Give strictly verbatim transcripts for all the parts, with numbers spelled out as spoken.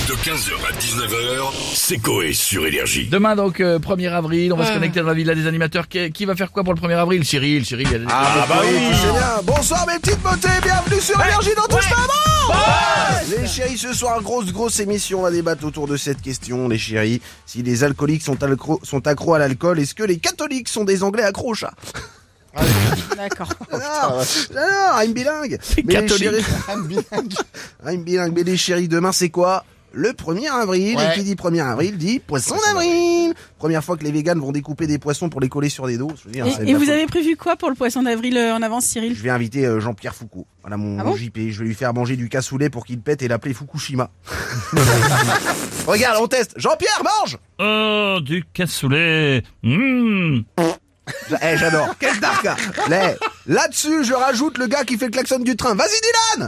De quinze heures à dix-neuf heures, c'est Coé sur Énergie. Demain donc, euh, premier avril, on va euh. se connecter dans la villa des animateurs. Qui, qui va faire quoi pour le premier avril? Cyril, Cyril, il y a des... Ah, ah bah oui, oui. C'est bien. Bonsoir mes petites beautés, bienvenue sur Énergie dans Touche pas bon. Les chéris, ce soir, grosse grosse émission, on va débattre autour de cette question, les chéris. Si les alcooliques sont, alcro- sont accros à l'alcool, est-ce que les catholiques sont des anglais accros au chat? Ah, d'accord. J'adore, j'adore, I'm bilingue. Mais les chéris, I'm bilingue. I'm bilingue. Mais les chéris, demain c'est quoi? Le premier avril, ouais. Et qui dit premier avril dit poisson d'avril. Première fois que les véganes vont découper des poissons pour les coller sur des dos. Je veux dire, et et vous avez prévu quoi pour le poisson d'avril euh, en avance, Cyril? Je vais inviter euh, Jean-Pierre Foucault. Voilà mon, ah bon mon J P. Je vais lui faire manger du cassoulet pour qu'il pète et l'appeler Fukushima. Regarde, on teste. Jean-Pierre, mange. Oh, du cassoulet. Mmh. Eh, j'adore. Quel dark. Là, là-dessus, je rajoute le gars qui fait le klaxon du train. Vas-y, Dylan.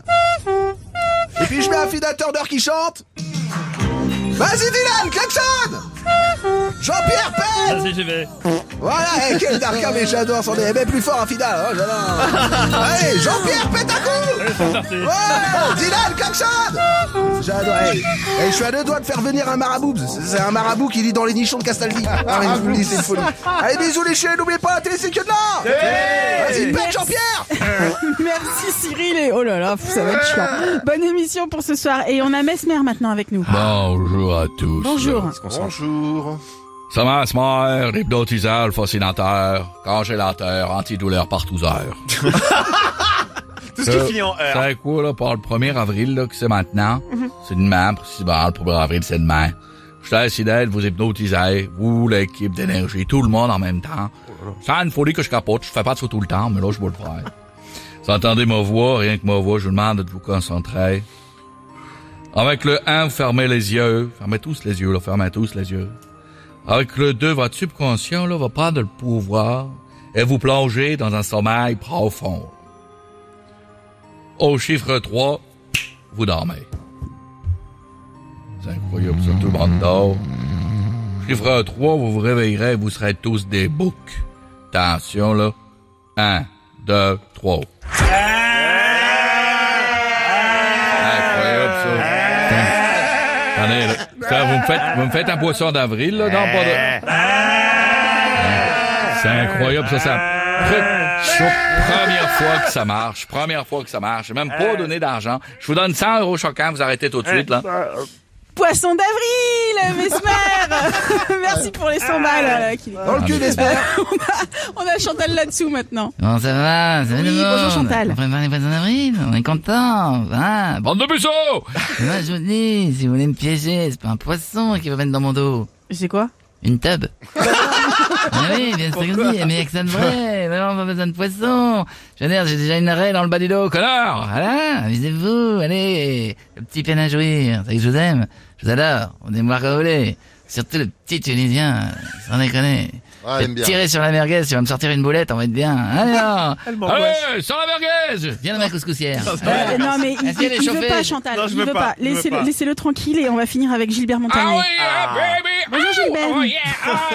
Et puis je mets un fidateur d'heure qui chante. Vas-y Dylan, klaxon. Jean-Pierre pète. Vas-y, j'y vais. Voilà, hey, quel darka, mais j'adore son nez. Mais plus fort un fidal, oh, j'adore. Allez, Jean-Pierre pète un coup. Allez, c'est parti. Ouais, Dylan, klaxon. J'adore. Hey, hey, je suis à deux doigts de faire venir un marabout. C'est un marabout qui lit dans les nichons de Castaldi. Ah, mais je vous le dis, c'est une folie. Allez, bisous les chiens, n'oubliez pas la télé, c'est que de là. Vas-y, pète Jean-Pierre. Merci Cyril et oh là là, ça va être chiant. Bonne émission pour ce soir et on a Mesmer maintenant avec nous. Bonjour à tous. Bonjour. Bonjour. Ça Mesmer, hypnotiseur, fascinateur, congélateur, antidouleur partout heure. Tout ce qui finit en heure. C'est quoi là pour le premier avril là que c'est maintenant? Mm-hmm. C'est demain, précisément le premier avril c'est demain. Je t'ai décidé de vous hypnotiser, vous l'équipe d'énergie, tout le monde en même temps. C'est une folie que je capote, je fais pas de ça tout le temps, mais là je vais le faire. Vous entendez ma voix, rien que ma voix, je vous demande de vous concentrer. Avec le un, fermez les yeux. Fermez tous les yeux, là, fermez tous les yeux. Avec le deux, votre subconscient, là, va prendre le pouvoir et vous plonger dans un sommeil profond. Au chiffre trois, vous dormez. C'est incroyable, ça, tout le monde dort. Chiffre trois, vous vous réveillerez, vous serez tous des boucs. Attention, là. un, deux, trois. Incroyable, ça. Attendez, là. Ça, vous me faites, vous me faites un poisson d'avril, là, non, pas de... C'est incroyable, ça, ça... Première fois que ça marche, première fois que ça marche. J'ai même pas donné d'argent. Je vous donne cent euros chacun, vous arrêtez tout de suite, là. Poisson d'avril, Mesmer. Merci pour les cent balles. Là, qui... Dans le cul, Mesmer. on, a, on a Chantal là-dessous maintenant. Bon, ça va, ça va. Oui, bonjour Chantal. On prépare les poissons d'avril, on est content. Hein. Bande de puceaux. Moi, je vous dis, si vous voulez me piéger, c'est pas un poisson qui va mettre dans mon dos. C'est quoi? Une tub. Ah oui, bien sûr que si, mais avec ça de vrai, vraiment pas besoin de poisson. Je veux dire, j'ai déjà une raie dans le bas du dos, connard. Voilà, amusez-vous, allez, le petit peine à jouir, c'est que je vous aime, je vous adore, on est moi voler. Surtout le petit Tunisien, sans déconner. Ah, je vais tirer sur la merguez, tu vas me sortir une boulette, on va être bien. Alors, allez, sur la merguez. Viens dans ma couscoussière. Euh, non mais il, il, il veut pas Chantal, non, je il veux veut pas, pas. Laissez-le, pas. laissez-le tranquille et on va finir avec Gilbert Montagnier. Ah oui, ah, baby. Bonjour Gilbert. Oh, yeah,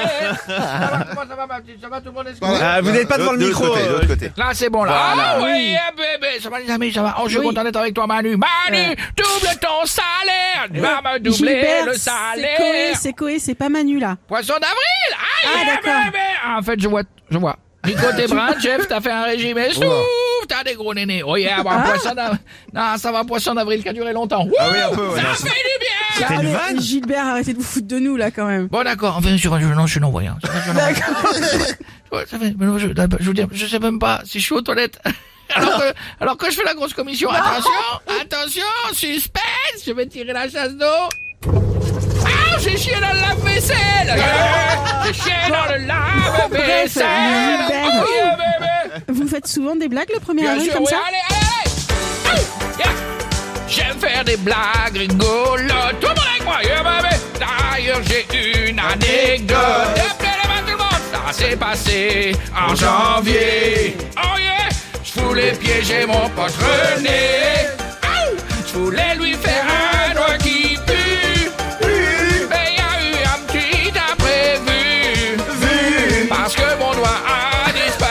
ah, comment ça va ma petite? Ça va tout le monde? Ah, vous n'êtes pas devant le micro. De l'autre côté, côté. Là c'est bon là. Voilà. Ah oui, bébé, ça va les amis, ça va. Oh, je suis Oui. content d'être avec toi Manu. Manu, Euh. double ton salaire. Tu vas me doubler Gilbert, le c'est Coé, salaire. c'est Coé, c'est pas Manu là. Poisson d'avril. Ah, Ah, yeah, d'accord. bébé. En fait, je vois, je vois. Nico, t'es brun, Jeff, t'as fait un régime et souffle, t'as des gros nénés. Oh yeah, bon, Ah. poisson d'avril. Non, ça va, poisson d'avril qui a duré longtemps. Ah oui, un peu, ouais, Ça non, fait du bien. C'était une Allez, vanne. Gilbert, arrêtez de vous foutre de nous là quand même. Bon, d'accord, enfin, je suis, non, je suis non-voyant. Ça fait, je suis non-voyant. Ouais, ça fait, mais non, je, je veux dire, je sais même pas si je suis aux toilettes. Alors que, alors que je fais la grosse commission, attention, attention, suspense, je vais tirer la chasse d'eau. Ah, j'ai chié dans le lave-vaisselle. J'ai chié dans le lave-vaisselle. Gilbert. Oh, yeah, bébé. Vous faites souvent des blagues le premier Bien avril sûr, comme oui, ça? allez, allez, allez. Ah, yeah. J'aime faire des blagues rigolotes. Tout le monde avec moi, yeah, baby. D'ailleurs, j'ai une anecdote. Appelez-les-moi tout le monde. Ça s'est passé en janvier. Oh yeah. Je voulais piéger mon pote René. Oh. Je voulais lui faire un doigt qui pue. Mais y a eu un petit imprévu. Parce que mon doigt a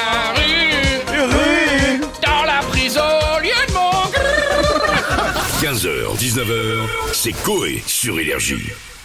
disparu. Dans la prison au lieu de mon... quinze heures, dix-neuf heures, c'est Coé sur Énergie.